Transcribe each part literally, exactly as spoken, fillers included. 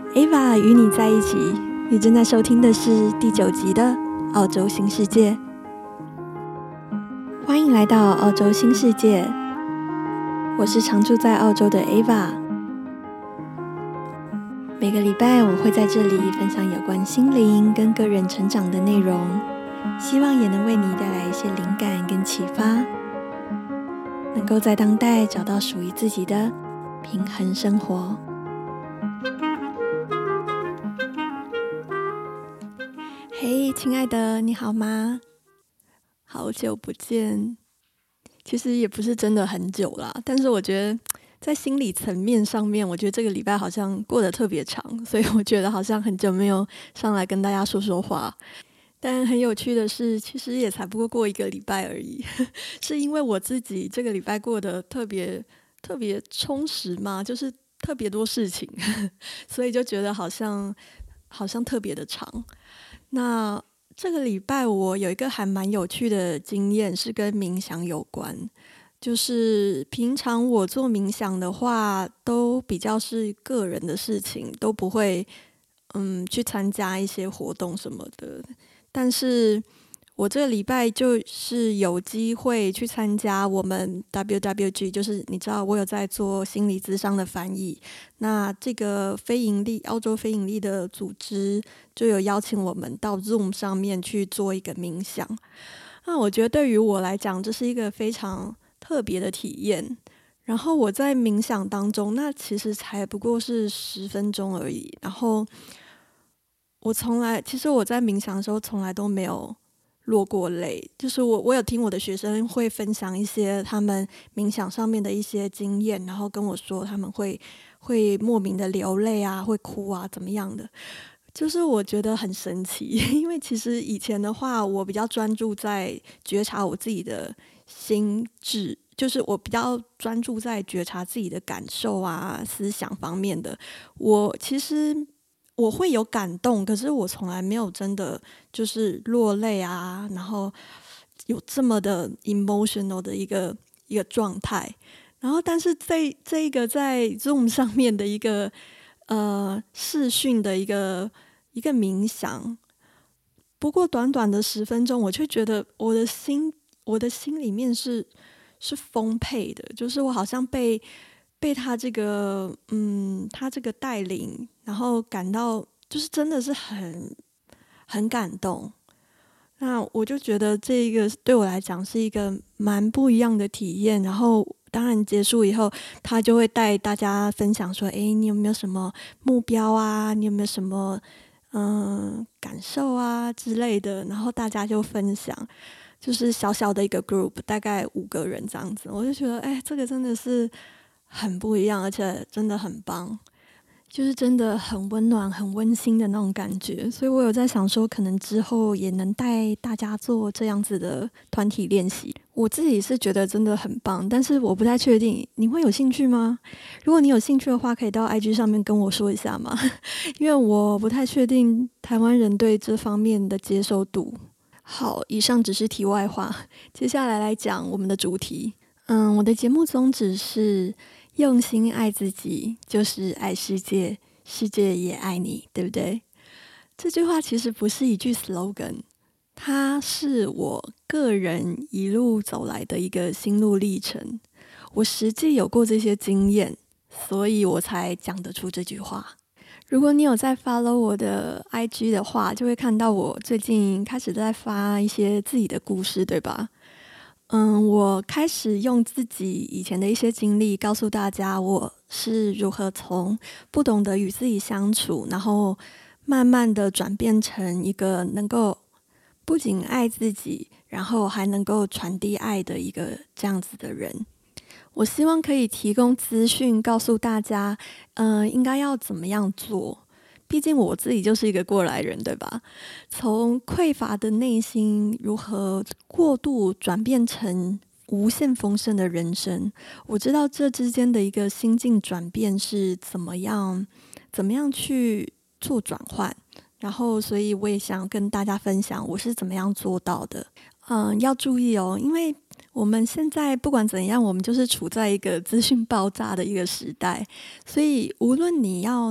Ava 与你在一起，你正在收听的是第九集的澳洲新世界。欢迎来到澳洲新世界，我是常住在澳洲的 Ava。每个礼拜我会在这里分享有关心灵跟个人成长的内容，希望也能为你带来一些灵感跟启发，能够在当代找到属于自己的平衡生活。嘿，亲爱的，你好吗？好久不见。其实也不是真的很久啦，但是我觉得在心理层面上面，我觉得这个礼拜好像过得特别长，所以我觉得好像很久没有上来跟大家说说话。但很有趣的是，其实也才不过过一个礼拜而已，是因为我自己这个礼拜过得特别特别充实嘛，就是特别多事情，所以就觉得好像好像特别的长。那这个礼拜我有一个还蛮有趣的经验，是跟冥想有关。就是平常我做冥想的话，都比较是个人的事情，都不会嗯去参加一些活动什么的。但是我这个礼拜就是有机会去参加我们 W W G， 就是你知道我有在做心理咨商的翻译，那这个非盈利澳洲非盈利的组织就有邀请我们到 Zoom 上面去做一个冥想。那我觉得对于我来讲，这是一个非常特别的体验。然后我在冥想当中，那其实才不过是十分钟而已。然后我从来，其实我在冥想的时候从来都没有落过泪，就是我我有听我的学生会分享一些他们冥想上面的一些经验，然后跟我说他们会会莫名的流泪啊，会哭啊，怎么样的。就是我觉得很神奇，因为其实以前的话，我比较专注在觉察我自己的心智，就是我比较专注在觉察自己的感受啊、思想方面的。我其实我会有感动，可是我从来没有真的就是落泪啊，然后有这么的 emotional 的一个一个状态。然后，但是这这一个在 Zoom 上面的一个呃视讯的一个一个冥想，不过短短的十分钟，我却觉得我的心我的心里面是是丰沛的，就是我好像被被他这个嗯他这个带领，然后感到就是真的是很很感动。那我就觉得这个对我来讲是一个蛮不一样的体验。然后当然结束以后，他就会带大家分享说，诶，你有没有什么目标啊？你有没有什么嗯感受啊之类的？然后大家就分享，就是小小的一个 group， 大概五个人这样子。我就觉得，哎，这个真的是很不一样，而且真的很棒。就是真的很温暖很温馨的那种感觉，所以我有在想说可能之后也能带大家做这样子的团体练习。我自己是觉得真的很棒，但是我不太确定你会有兴趣吗？如果你有兴趣的话，可以到 I G 上面跟我说一下嘛，因为我不太确定台湾人对这方面的接受度。好，以上只是题外话，接下来来讲我们的主题。嗯，我的节目宗旨是用心爱自己，就是爱世界，世界也爱你，对不对？这句话其实不是一句 slogan， 它是我个人一路走来的一个心路历程。我实际有过这些经验，所以我才讲得出这句话。如果你有在 follow 我的 I G 的话，就会看到我最近开始在发一些自己的故事，对吧？嗯，我开始用自己以前的一些经历告诉大家，我是如何从不懂得与自己相处，然后慢慢的转变成一个能够不仅爱自己，然后还能够传递爱的一个这样子的人。我希望可以提供资讯，告诉大家，嗯，应该要怎么样做。毕竟我自己就是一个过来人，对吧？从匮乏的内心如何过度转变成无限丰盛的人生，我知道这之间的一个心境转变是怎么样怎么样去做转换，然后所以我也想跟大家分享我是怎么样做到的。嗯，要注意哦，因为我们现在不管怎样，我们就是处在一个资讯爆炸的一个时代，所以无论你要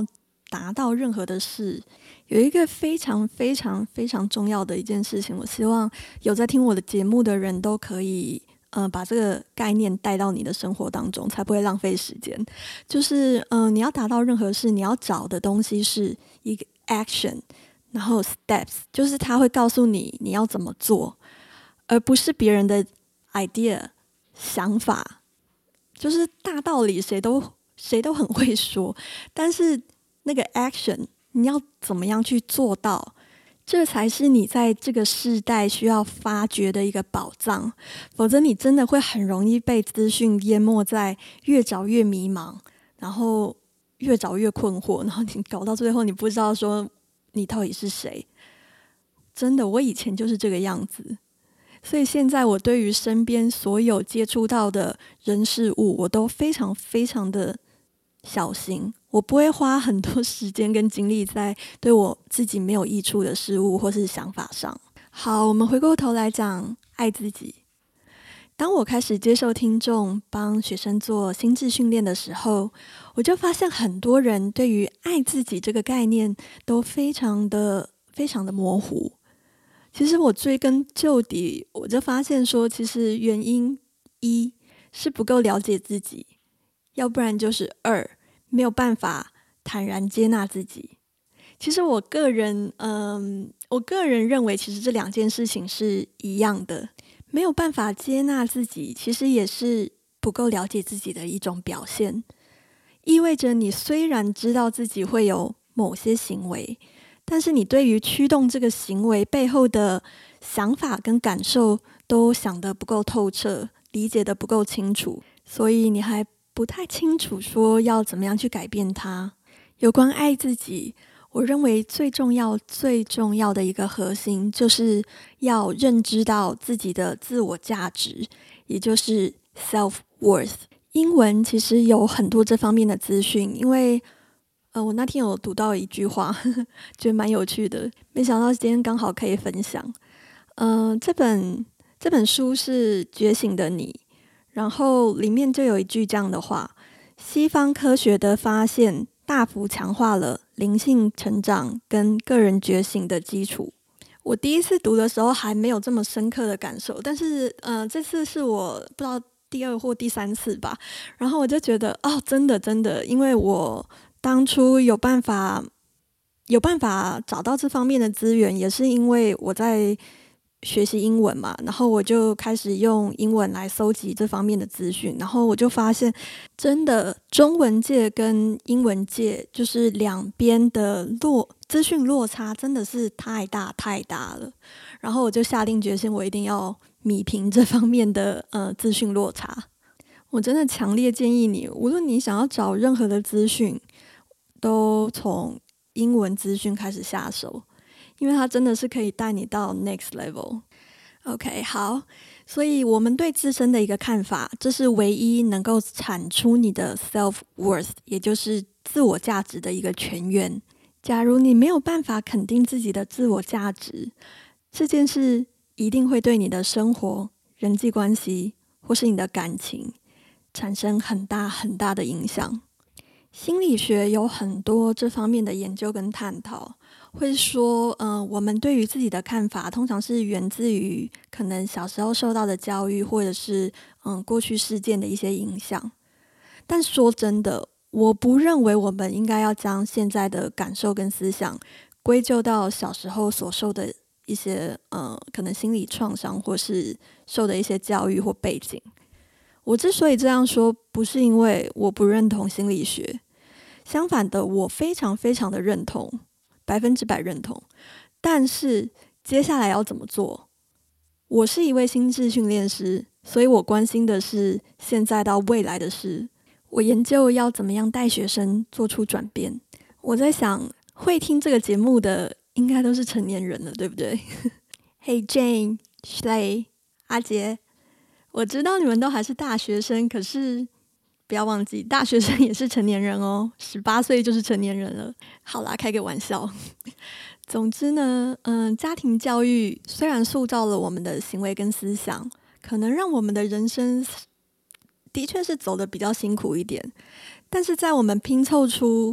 达到任何的事，有一个非常非常非常重要的一件事情，我希望有在听我的节目的人都可以呃，把这个概念带到你的生活当中，才不会浪费时间。就是呃，你要达到任何事，你要找的东西是一个 action， 然后 steps， 就是他会告诉你你要怎么做，而不是别人的 idea 想法。就是大道理谁都谁都很会说，但是那个 action 你要怎么样去做到，这才是你在这个世代需要发掘的一个宝藏。否则你真的会很容易被资讯淹没在越找越迷茫，然后越找越困惑，然后你搞到最后你不知道说你到底是谁。真的，我以前就是这个样子。所以现在我对于身边所有接触到的人事物，我都非常非常的小心，我不会花很多时间跟精力在对我自己没有益处的事物或是想法上。好，我们回过头来讲爱自己。当我开始接受听众帮学生做心智训练的时候，我就发现很多人对于爱自己这个概念都非常的非常的模糊。其实我追根究底，我就发现说，其实原因一是不够了解自己，要不然就是二没有办法坦然接纳自己。其实我个人，嗯，我个人认为，其实这两件事情是一样的。没有办法接纳自己，其实也是不够了解自己的一种表现。意味着你虽然知道自己会有某些行为，但是你对于驱动这个行为背后的想法跟感受都想得不够透彻，理解得不够清楚，所以你还不太清楚说要怎么样去改变它。有关爱自己，我认为最重要最重要的一个核心，就是要认知到自己的自我价值，也就是 self-worth。英文其实有很多这方面的资讯，因为呃，我那天有读到一句话，呵呵，觉得蛮有趣的，没想到今天刚好可以分享。嗯、呃，这本这本书是《觉醒的你》，然后里面就有一句这样的话：西方科学的发现大幅强化了灵性成长跟个人觉醒的基础。我第一次读的时候还没有这么深刻的感受，但是呃，这次是我不知道第二或第三次吧，然后我就觉得哦，真的真的，因为我当初有办法有办法找到这方面的资源，也是因为我在学习英文嘛，然后我就开始用英文来搜集这方面的资讯，然后我就发现真的中文界跟英文界就是两边的落资讯落差真的是太大太大了，然后我就下定决心我一定要弭平这方面的呃资讯落差。我真的强烈建议你，无论你想要找任何的资讯，都从英文资讯开始下手，因为它真的是可以带你到 next level。OK， 好，所以我们对自身的一个看法，这是唯一能够产出你的 self-worth， 也就是自我价值的一个泉源。假如你没有办法肯定自己的自我价值，这件事一定会对你的生活、人际关系或是你的感情产生很大很大的影响。心理学有很多这方面的研究跟探讨，会说，呃，我们对于自己的看法，通常是源自于可能小时候受到的教育，或者是嗯过去事件的一些影响。但说真的，我不认为我们应该要将现在的感受跟思想归咎到小时候所受的一些呃可能心理创伤，或是受的一些教育或背景。我之所以这样说，不是因为我不认同心理学，相反的，我非常非常的认同，百分之百认同。但是接下来要怎么做？我是一位心智训练师，所以我关心的是现在到未来的事。我研究要怎么样带学生做出转变。我在想，会听这个节目的应该都是成年人了，对不对？Hey Jane、Shley、阿杰。我知道你们都还是大学生，可是不要忘记，大学生也是成年人哦，十八岁就是成年人了。好啦，开个玩笑。总之呢，嗯，家庭教育虽然塑造了我们的行为跟思想，可能让我们的人生的确是走得比较辛苦一点，但是在我们拼凑出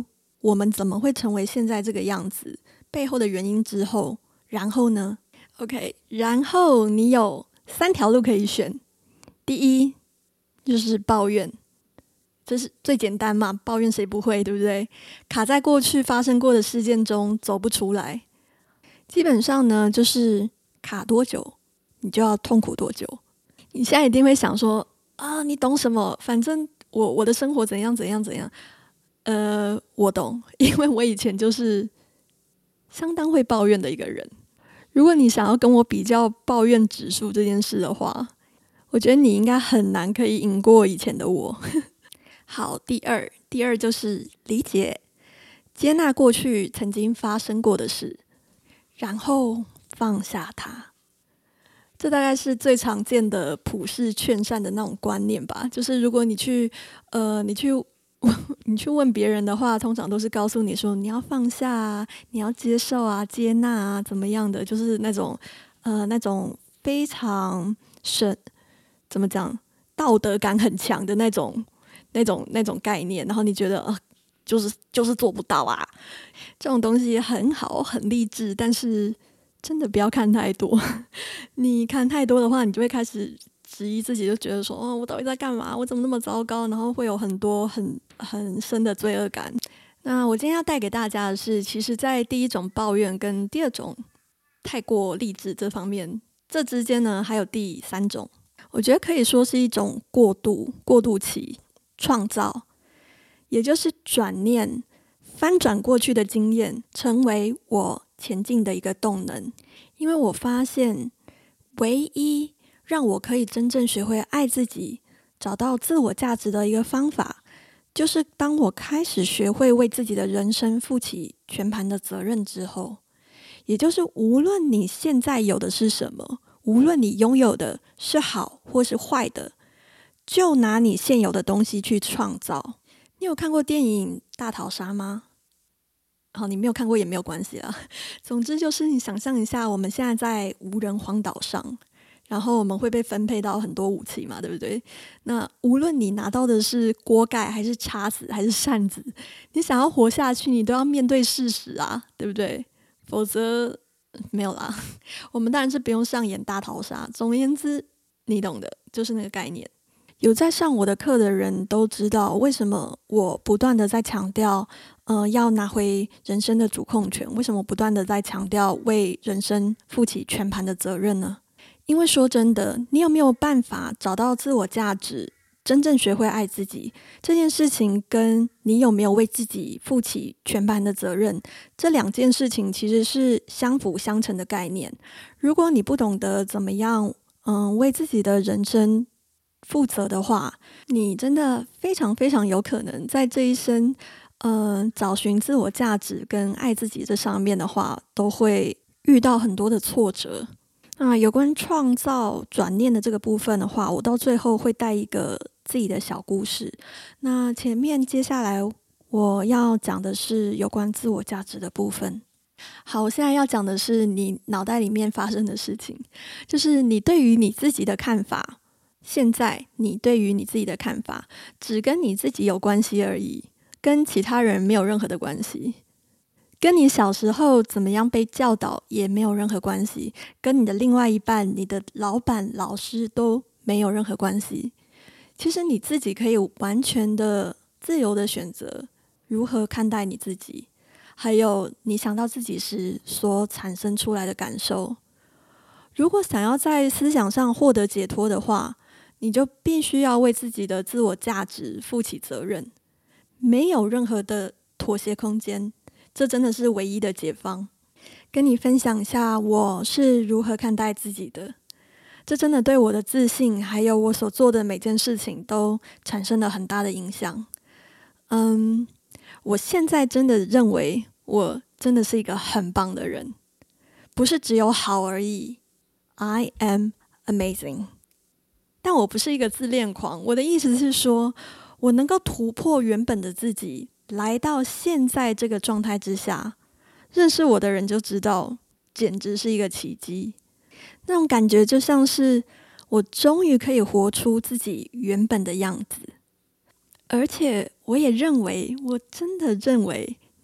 我们怎么会成为现在这个样子，背后的原因之后，然后呢 OK， 然后你有三条路可以选。第一就是抱怨，这是最简单嘛，抱怨谁不会，对不对？卡在过去发生过的事件中走不出来，基本上呢就是卡多久你就要痛苦多久。你现在一定会想说啊，你懂什么？反正我我的生活怎样怎样怎样。呃，我懂，因为我以前就是相当会抱怨的一个人。如果你想要跟我比较抱怨指数这件事的话，我觉得你应该很难可以赢过以前的我。好，第二，第二就是理解、接纳过去曾经发生过的事，然后放下它。这大概是最常见的普世劝善的那种观念吧。就是如果你去，呃，你去，你去问别人的话，通常都是告诉你说你要放下啊，你要接受啊，接纳啊，怎么样的，就是那种，呃，那种非常深，怎么讲，道德感很强的那种、那种、那种概念。然后你觉得，呃，就是就是做不到啊，这种东西很好，很励志，但是真的不要看太多。你看太多的话，你就会开始质疑自己，就觉得说，哦，我到底在干嘛？我怎么那么糟糕？然后会有很多很很深的罪恶感。那我今天要带给大家的是，其实在第一种抱怨跟第二种太过励志这方面，这之间呢还有第三种，我觉得可以说是一种过渡过渡期创造，也就是转念，翻转过去的经验，成为我前进的一个动能。因为我发现唯一让我可以真正学会爱自己，找到自我价值的一个方法，就是当我开始学会为自己的人生负起全盘的责任之后，也就是无论你现在有的是什么，无论你拥有的是好或是坏的，就拿你现有的东西去创造。你有看过电影《大逃杀》吗？好，你没有看过也没有关系啦。总之就是你想象一下，我们现在在无人荒岛上，然后我们会被分配到很多武器嘛，对不对？那无论你拿到的是锅盖还是叉子还是扇子，你想要活下去，你都要面对事实啊，对不对？否则没有啦。我们当然是不用上演大逃杀。总而言之，你懂的，就是那个概念。有在上我的课的人都知道，为什么我不断的在强调，呃，要拿回人生的主控权。为什么不断的在强调为人生负起全盘的责任呢？因为说真的，你有没有办法找到自我价值，真正学会爱自己这件事情，跟你有没有为自己负起全盘的责任，这两件事情其实是相辅相成的概念。如果你不懂得怎么样，嗯，为自己的人生负责的话，你真的非常非常有可能在这一生，呃，找寻自我价值跟爱自己这上面的话，都会遇到很多的挫折。那有关创造转念的这个部分的话，我到最后会带一个自己的小故事。那前面接下来我要讲的是有关自我价值的部分。好，我现在要讲的是你脑袋里面发生的事情，就是你对于你自己的看法。现在你对于你自己的看法只跟你自己有关系而已，跟其他人没有任何的关系，跟你小时候怎么样被教导也没有任何关系，跟你的另外一半、你的老板、老师都没有任何关系。其实你自己可以完全的自由的选择如何看待你自己，还有你想到自己时所产生出来的感受。如果想要在思想上获得解脱的话，你就必须要为自己的自我价值负起责任，没有任何的妥协空间，这真的是唯一的解放。跟你分享一下我是如何看待自己的，这真的对我的自信还有我所做的每件事情都产生了很大的影响。嗯，我现在真的认为我真的是一个很棒的人，不是只有好而已。I am amazing。但我不是一个自恋狂，我的意思是说，我能够突破原本的自己，来到现在这个状态之下，认识我的人就知道，简直是一个奇迹。那种感觉就像是我终于可以活出自己原本的样子，而且我也认为，我真的认为，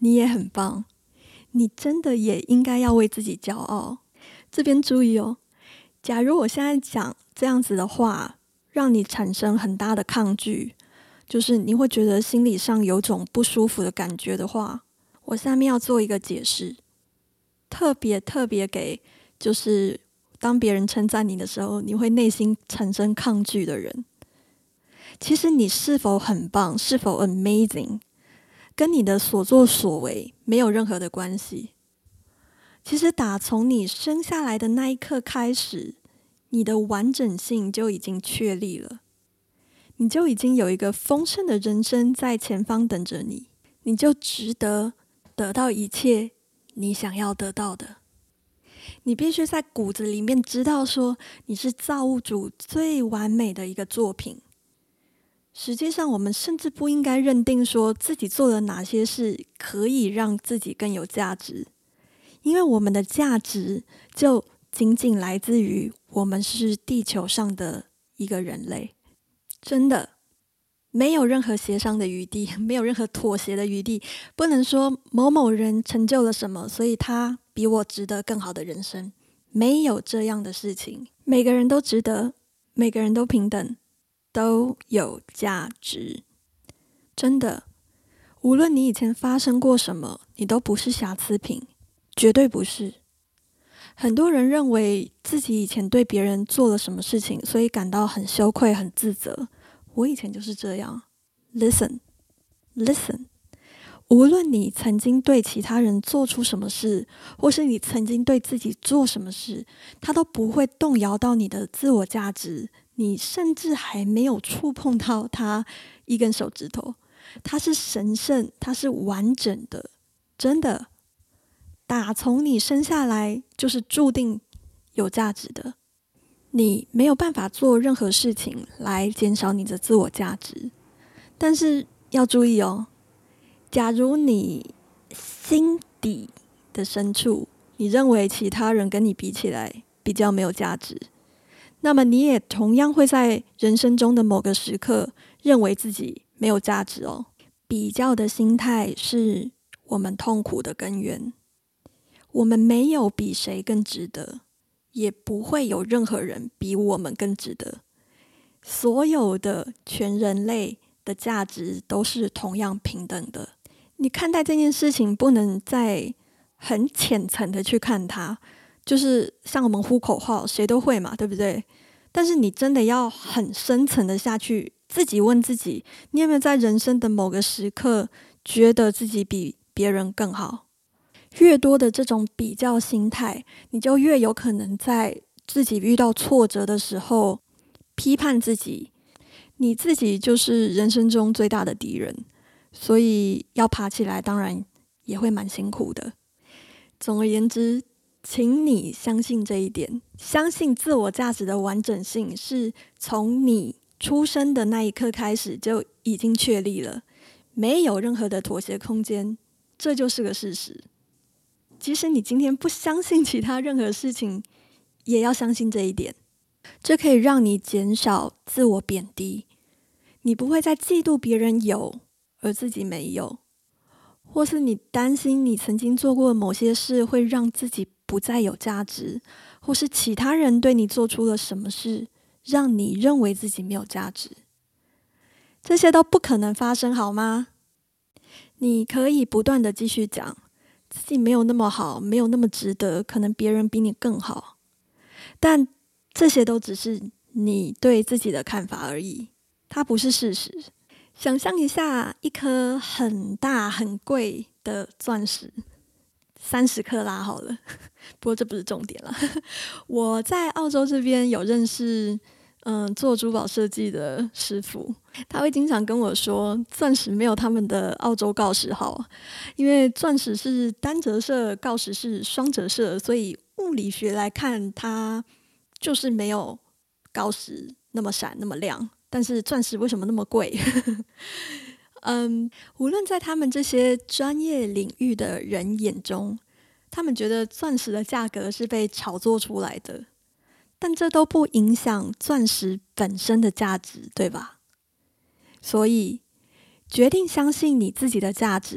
你也很棒，你真的也应该要为自己骄傲。这边注意哦，假如我现在讲这样子的话，让你产生很大的抗拒，就是你会觉得心理上有种不舒服的感觉的话，我下面要做一个解释，特别特别给就是当别人称赞你的时候，你会内心产生抗拒的人。其实你是否很棒，是否 amazing， 跟你的所作所为没有任何的关系。其实打从你生下来的那一刻开始，你的完整性就已经确立了，你就已经有一个丰盛的人生在前方等着你，你就值得得到一切你想要得到的。你必须在骨子里面知道说，你是造物主最完美的一个作品。实际上我们甚至不应该认定说自己做了哪些事可以让自己更有价值，因为我们的价值就仅仅来自于我们是地球上的一个人类。真的没有任何协商的余地，没有任何妥协的余地，不能说某某人成就了什么，所以他比我值得更好的人生，没有这样的事情。每个人都值得，每个人都平等，都有价值。真的，无论你以前发生过什么，你都不是瑕疵品，绝对不是。很多人认为自己以前对别人做了什么事情，所以感到很羞愧、很自责。我以前就是这样。Listen, listen. 无论你曾经对其他人做出什么事，或是你曾经对自己做什么事，它都不会动摇到你的自我价值。你甚至还没有触碰到它一根手指头，它是神圣，它是完整的，真的。打从你生下来就是注定有价值的，你没有办法做任何事情来减少你的自我价值。但是要注意哦，假如你心底的深处，你认为其他人跟你比起来比较没有价值，那么你也同样会在人生中的某个时刻认为自己没有价值哦。比较的心态是我们痛苦的根源。我们没有比谁更值得，也不会有任何人比我们更值得。所有的全人类的价值都是同样平等的。你看待这件事情不能再很浅层的去看它，就是像我们呼口号谁都会嘛，对不对？但是你真的要很深层的下去，自己问自己，你有没有在人生的某个时刻觉得自己比别人更好？越多的这种比较心态，你就越有可能在自己遇到挫折的时候批判自己。你自己就是人生中最大的敌人，所以要爬起来当然也会蛮辛苦的。总而言之，请你相信这一点，相信自我价值的完整性是从你出生的那一刻开始就已经确立了，没有任何的妥协空间，这就是个事实。即使你今天不相信其他任何事情，也要相信这一点。这可以让你减少自我贬低，你不会再嫉妒别人有而自己没有，或是你担心你曾经做过某些事会让自己不再有价值，或是其他人对你做出了什么事让你认为自己没有价值。这些都不可能发生，好吗？你可以不断的继续讲自己没有那么好，没有那么值得，可能别人比你更好，但这些都只是你对自己的看法而已，它不是事实。想象一下一颗很大很贵的钻石，三十克拉好了，不过这不是重点啦。我在澳洲这边有认识嗯，做珠宝设计的师傅，他会经常跟我说，钻石没有他们的澳洲锆石好，因为钻石是单折射，锆石是双折射，所以物理学来看，它就是没有锆石那么闪那么亮。但是钻石为什么那么贵？嗯，无论在他们这些专业领域的人眼中，他们觉得钻石的价格是被炒作出来的。但这都不影响钻石本身的价值，对吧？所以决定相信你自己的价值，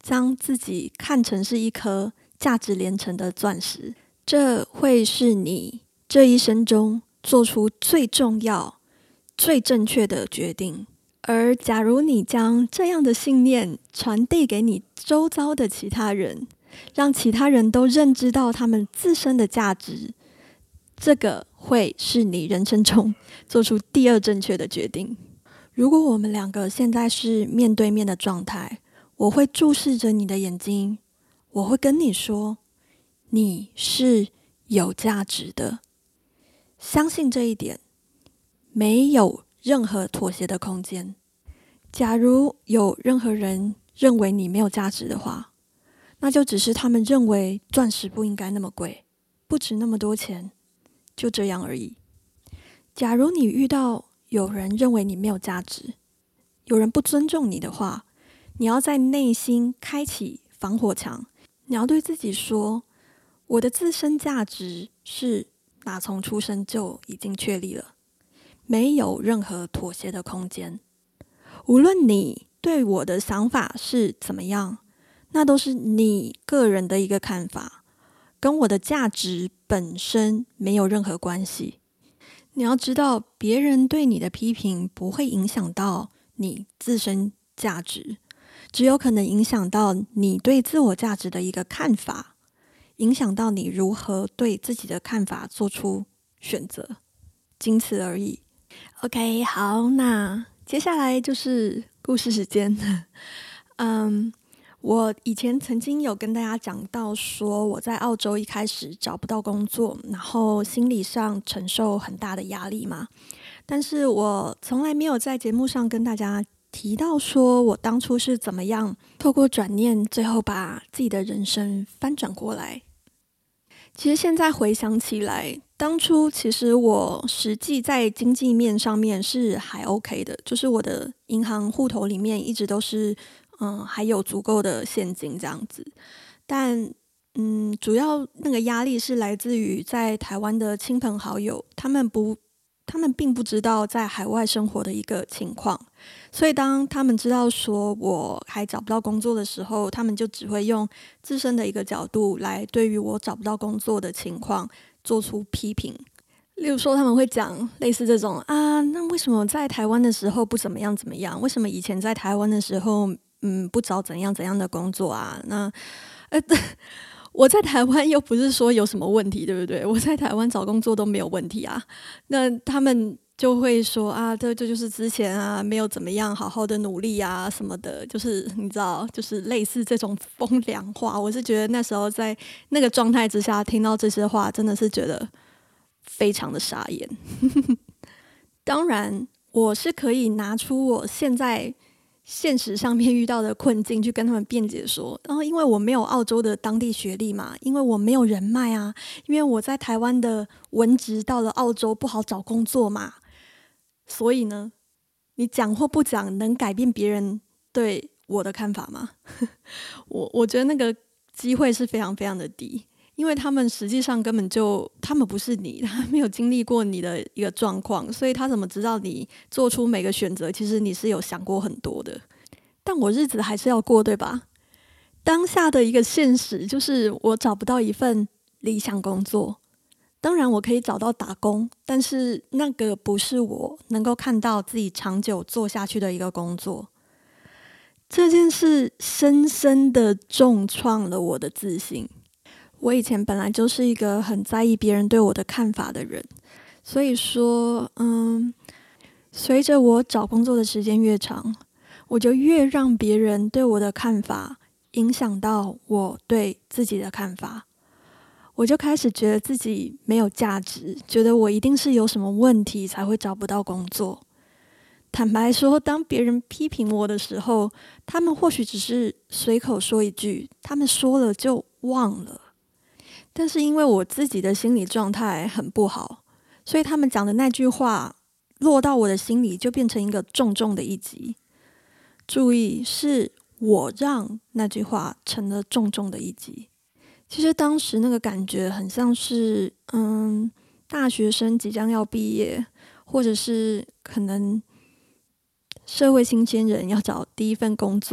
将自己看成是一颗价值连城的钻石，这会是你这一生中做出最重要、最正确的决定。而假如你将这样的信念传递给你周遭的其他人，让其他人都认知到他们自身的价值，这个会是你人生中做出第二正确的决定。如果我们两个现在是面对面的状态，我会注视着你的眼睛，我会跟你说，你是有价值的。相信这一点，没有任何妥协的空间。假如有任何人认为你没有价值的话，那就只是他们认为钻石不应该那么贵，不值那么多钱，就这样而已。假如你遇到有人认为你没有价值，有人不尊重你的话，你要在内心开启防火墙，你要对自己说，我的自身价值是打从出生就已经确立了，没有任何妥协的空间。无论你对我的想法是怎么样，那都是你个人的一个看法，跟我的价值本身没有任何关系。你要知道，别人对你的批评不会影响到你自身价值，只有可能影响到你对自我价值的一个看法，影响到你如何对自己的看法做出选择，仅此而已。 OK， 好，那接下来就是故事时间。嗯，我以前曾经有跟大家讲到说，我在澳洲一开始找不到工作，然后心理上承受很大的压力嘛。但是我从来没有在节目上跟大家提到说我当初是怎么样透过转念，最后把自己的人生翻转过来。其实现在回想起来，当初其实我实际在经济面上面是还 OK 的，就是我的银行户头里面一直都是嗯还有足够的现金这样子。但嗯，主要那个压力是来自于在台湾的亲朋好友，他们不他们并不知道在海外生活的一个情况，所以当他们知道说我还找不到工作的时候，他们就只会用自身的一个角度来对于我找不到工作的情况做出批评。例如说他们会讲类似这种啊，那为什么在台湾的时候不怎么样怎么样？为什么以前在台湾的时候嗯不找怎样怎样的工作啊？那呃我在台湾又不是说有什么问题，对不对？我在台湾找工作都没有问题啊。那他们就会说啊，这这就是之前啊没有怎么样好好的努力啊什么的，就是你知道，就是类似这种风凉话。我是觉得那时候在那个状态之下听到这些话，真的是觉得非常的傻眼。当然，我是可以拿出我现在现实上面遇到的困境去跟他们辩解说，然后因为我没有澳洲的当地学历嘛，因为我没有人脉啊，因为我在台湾的文职到了澳洲不好找工作嘛，所以呢，你讲或不讲能改变别人对我的看法吗？我我觉得那个机会是非常非常的低，因为他们实际上根本就他们不是你，他没有经历过你的一个状况，所以他怎么知道你做出每个选择其实你是有想过很多的。但我日子还是要过，对吧？当下的一个现实就是我找不到一份理想工作，当然我可以找到打工，但是那个不是我能够看到自己长久做下去的一个工作。这件事深深的重创了我的自信。我以前本来就是一个很在意别人对我的看法的人，所以说嗯，随着我找工作的时间越长，我就越让别人对我的看法影响到我对自己的看法。我就开始觉得自己没有价值，觉得我一定是有什么问题才会找不到工作。坦白说，当别人批评我的时候，他们或许只是随口说一句，他们说了就忘了。但是因为我自己的心理状态很不好，所以他们讲的那句话落到我的心里就变成一个重重的一击。注意，是我让那句话成了重重的一击。其实当时那个感觉很像是嗯，大学生即将要毕业，或者是可能社会新鲜人要找第一份工作，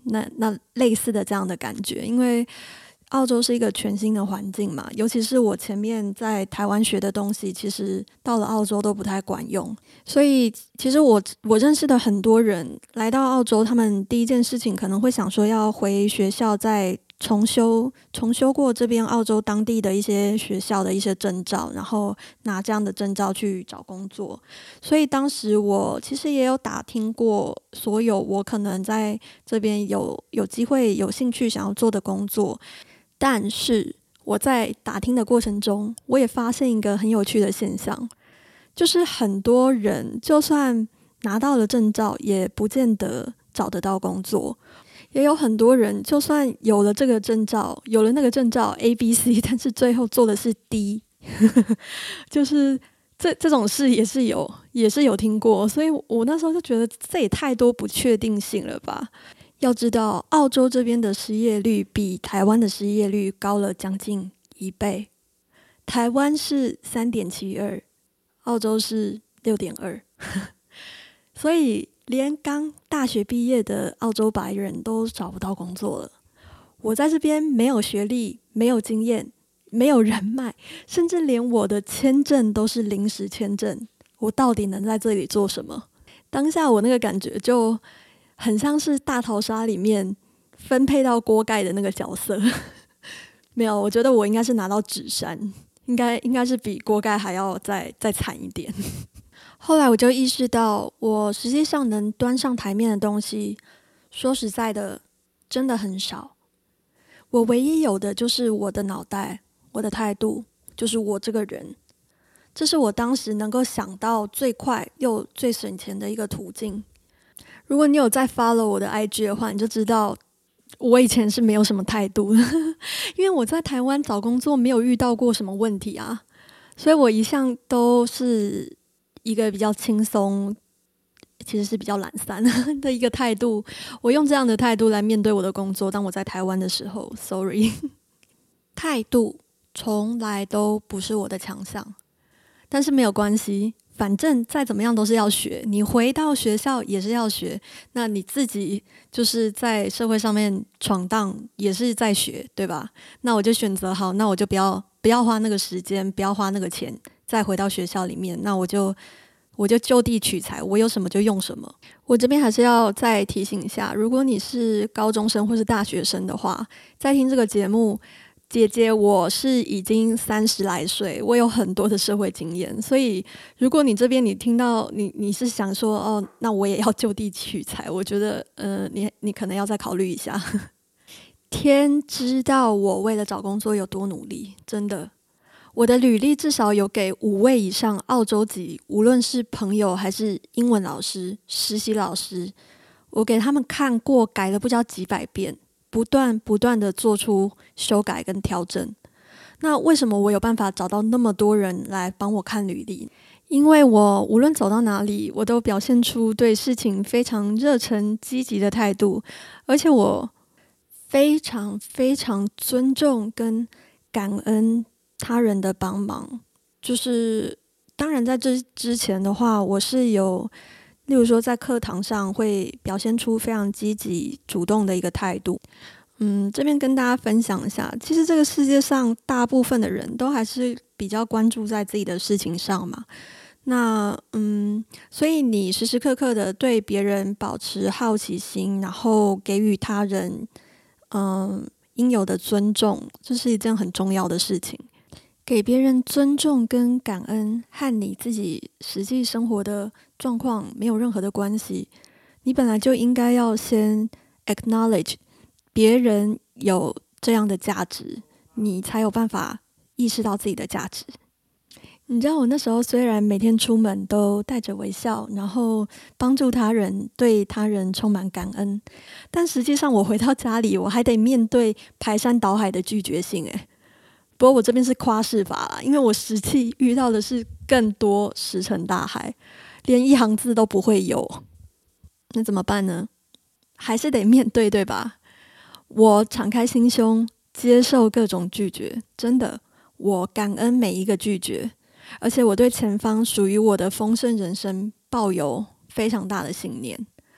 那那类似的这样的感觉，因为澳洲是一个全新的环境嘛，尤其是我前面在台湾学的东西，其实到了澳洲都不太管用。所以其实我我认识的很多人来到澳洲，他们第一件事情可能会想说要回学校再重修重修过这边澳洲当地的一些学校的一些证照，然后拿这样的证照去找工作。所以当时我其实也有打听过所有我可能在这边有有机会有兴趣想要做的工作，但是我在打听的过程中，我也发现一个很有趣的现象，就是很多人就算拿到了证照，也不见得找得到工作。也有很多人就算有了这个证照，有了那个证照 A B C， 但是最后做的是 D 就是这这种事也是有也是有听过。所以我那时候就觉得这也太多不确定性了吧。要知道澳洲这边的失业率比台湾的失业率高了将近一倍，台湾是 三点七二， 澳洲是 六点二 所以连刚大学毕业的澳洲白人都找不到工作了。我在这边没有学历，没有经验，没有人脉，甚至连我的签证都是临时签证，我到底能在这里做什么？当下我那个感觉就很像是大逃杀里面分配到锅盖的那个角色没有，我觉得我应该是拿到纸山，应该应该是比锅盖还要再再惨一点后来我就意识到，我实际上能端上台面的东西，说实在的，真的很少。我唯一有的就是我的脑袋，我的态度，就是我这个人。这是我当时能够想到最快又最省钱的一个途径。如果你有在 follow 我的 I G 的话，你就知道我以前是没有什么态度的因为我在台湾找工作没有遇到过什么问题啊，所以我一向都是一个比较轻松，其实是比较懒散的一个态度。我用这样的态度来面对我的工作。当我在台湾的时候 ，sorry， 态度从来都不是我的强项，但是没有关系，反正再怎么样都是要学。你回到学校也是要学，那你自己就是在社会上面闯荡也是在学，对吧？那我就选择好，那我就不要不要花那个时间，不要花那个钱。再回到学校里面，那我就我就就地取材，我有什么就用什么。我这边还是要再提醒一下，如果你是高中生或是大学生的话，在听这个节目，姐姐我是已经三十来岁，我有很多的社会经验，所以如果你这边你听到你你是想说哦，那我也要就地取材，我觉得呃，你你可能要再考虑一下。天知道我为了找工作有多努力，真的。我的履历至少有给五位以上澳洲籍，无论是朋友还是英文老师、实习老师，我给他们看过，改了不知道几百遍，不断不断的做出修改跟调整。那为什么我有办法找到那么多人来帮我看履历？因为我无论走到哪里，我都表现出对事情非常热忱积极的态度，而且我非常非常尊重跟感恩他人的帮忙。就是当然在这之前的话，我是有例如说在课堂上会表现出非常积极主动的一个态度。嗯，这边跟大家分享一下，其实这个世界上大部分的人都还是比较关注在自己的事情上嘛。那嗯，所以你时时刻刻的对别人保持好奇心，然后给予他人嗯应有的尊重，这是一件很重要的事情。给别人尊重跟感恩和你自己实际生活的状况没有任何的关系，你本来就应该要先 acknowledge 别人有这样的价值，你才有办法意识到自己的价值。你知道我那时候虽然每天出门都带着微笑，然后帮助他人，对他人充满感恩，但实际上我回到家里，我还得面对排山倒海的拒绝信诶。不过我这边是夸饰法啦，因为我实际遇到的是更多石沉大海，连一行字都不会有。那怎么办呢？还是得面对，对吧？我敞开心胸，接受各种拒绝，真的，我感恩每一个拒绝，而且我对前方属于我的丰盛人生抱有非常大的信念。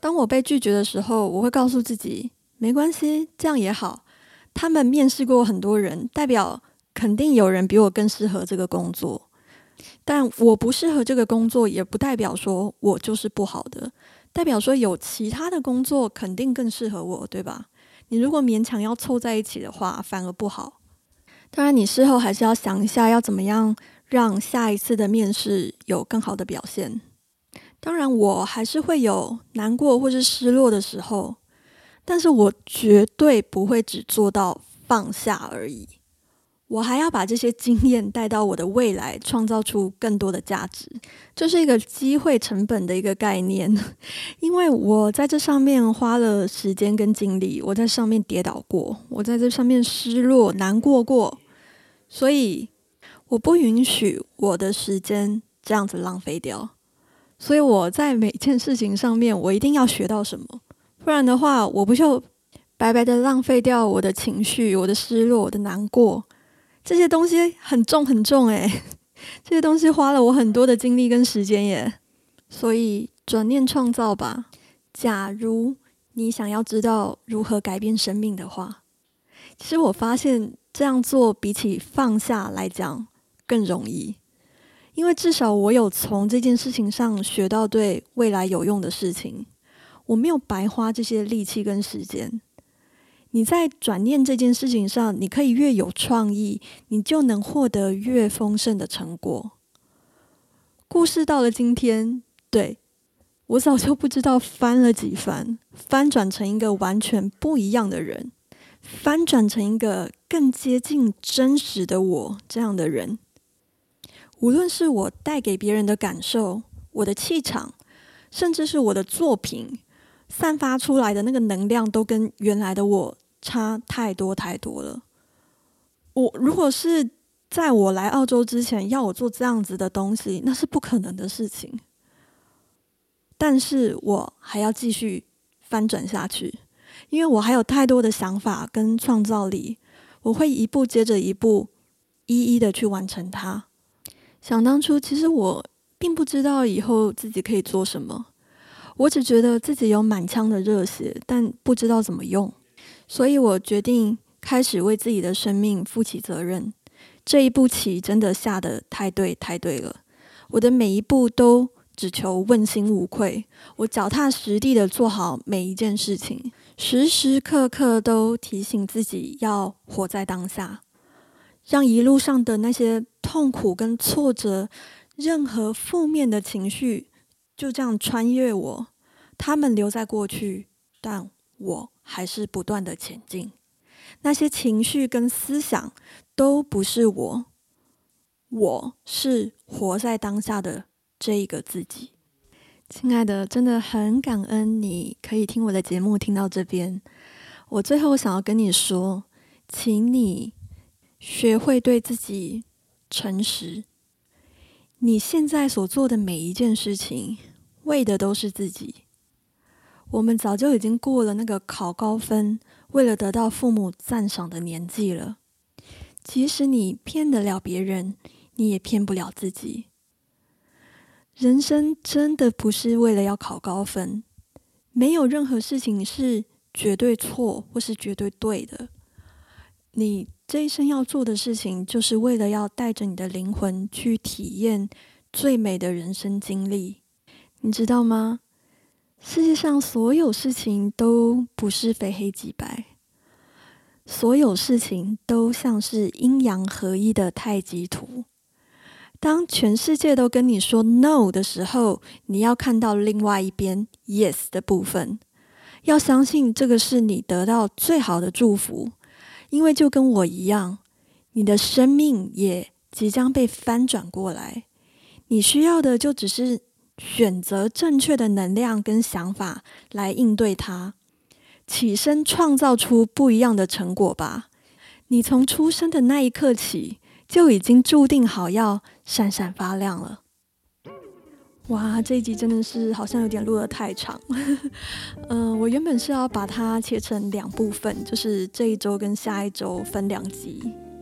当我被拒绝的时候，我会告诉自己，没关系，这样也好。他们面试过很多人，代表肯定有人比我更适合这个工作。但我不适合这个工作，也不代表说我就是不好的，代表说有其他的工作肯定更适合我，对吧？你如果勉强要凑在一起的话，反而不好。当然，你事后还是要想一下，要怎么样让下一次的面试有更好的表现。当然，我还是会有难过或是失落的时候，但是我绝对不会只做到放下而已。我还要把这些经验带到我的未来，创造出更多的价值。这是一个机会成本的一个概念，因为我在这上面花了时间跟精力，我在上面跌倒过，我在这上面失落、难过过，所以我不允许我的时间这样子浪费掉。所以我在每件事情上面，我一定要学到什么，不然的话，我不就白白的浪费掉我的情绪、我的失落、我的难过。这些东西很重很重诶，这些东西花了我很多的精力跟时间耶。所以转念创造吧。假如你想要知道如何改变生命的话，其实我发现这样做比起放下来讲更容易，因为至少我有从这件事情上学到对未来有用的事情，我没有白花这些力气跟时间。你在转念这件事情上，你可以越有创意，你就能获得越丰盛的成果。故事到了今天，对，我早就不知道翻了几番，翻转成一个完全不一样的人，翻转成一个更接近真实的我这样的人。无论是我带给别人的感受，我的气场，甚至是我的作品，散发出来的那个能量都跟原来的我差太多太多了。我如果是在我来澳洲之前要我做这样子的东西，那是不可能的事情。但是我还要继续翻转下去，因为我还有太多的想法跟创造力，我会一步接着一步，一一的去完成它。想当初，其实我并不知道以后自己可以做什么，我只觉得自己有满腔的热血，但不知道怎么用。所以我决定开始为自己的生命负起责任。这一步棋真的下得太对太对了，我的每一步都只求问心无愧，我脚踏实地的做好每一件事情，时时刻刻都提醒自己要活在当下，让一路上的那些痛苦跟挫折，任何负面的情绪就这样穿越我，他们留在过去，但我还是不断的前进。那些情绪跟思想都不是我，我是活在当下的这一个自己。亲爱的，真的很感恩你可以听我的节目听到这边。我最后想要跟你说，请你学会对自己诚实。你现在所做的每一件事情，为的都是自己。我们早就已经过了那个考高分，为了得到父母赞赏的年纪了。即使你骗得了别人，你也骗不了自己。人生真的不是为了要考高分，没有任何事情是绝对错或是绝对对的。你这一生要做的事情，就是为了要带着你的灵魂去体验最美的人生经历。你知道吗？世界上所有事情都不是非黑即白，所有事情都像是阴阳合一的太极图。当全世界都跟你说 no 的时候，你要看到另外一边 yes 的部分，要相信这个是你得到最好的祝福。因为就跟我一样，你的生命也即将被翻转过来，你需要的就只是选择正确的能量跟想法来应对它，起身创造出不一样的成果吧。你从出生的那一刻起，就已经注定好要闪闪发亮了。哇，这一集真的是好像有点录得太长。嗯、呃，我原本是要把它切成两部分，就是这一周跟下一周分两集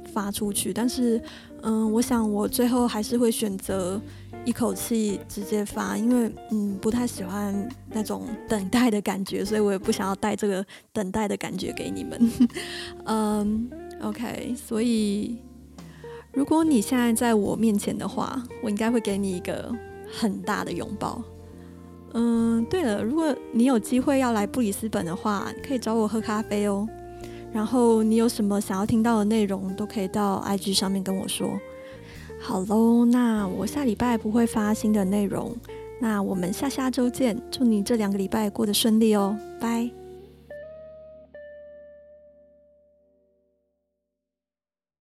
发出去，但是嗯，我想我最后还是会选择一口气直接发，因为嗯不太喜欢那种等待的感觉，所以我也不想要带这个等待的感觉给你们。嗯 OK， 所以如果你现在在我面前的话，我应该会给你一个很大的拥抱。嗯，对了，如果你有机会要来布里斯本的话，可以找我喝咖啡哦。然后你有什么想要听到的内容，都可以到 I G 上面跟我说。好喽，那我下礼拜不会发新的内容，那我们下下周见，祝你这两个礼拜过得顺利哦，拜。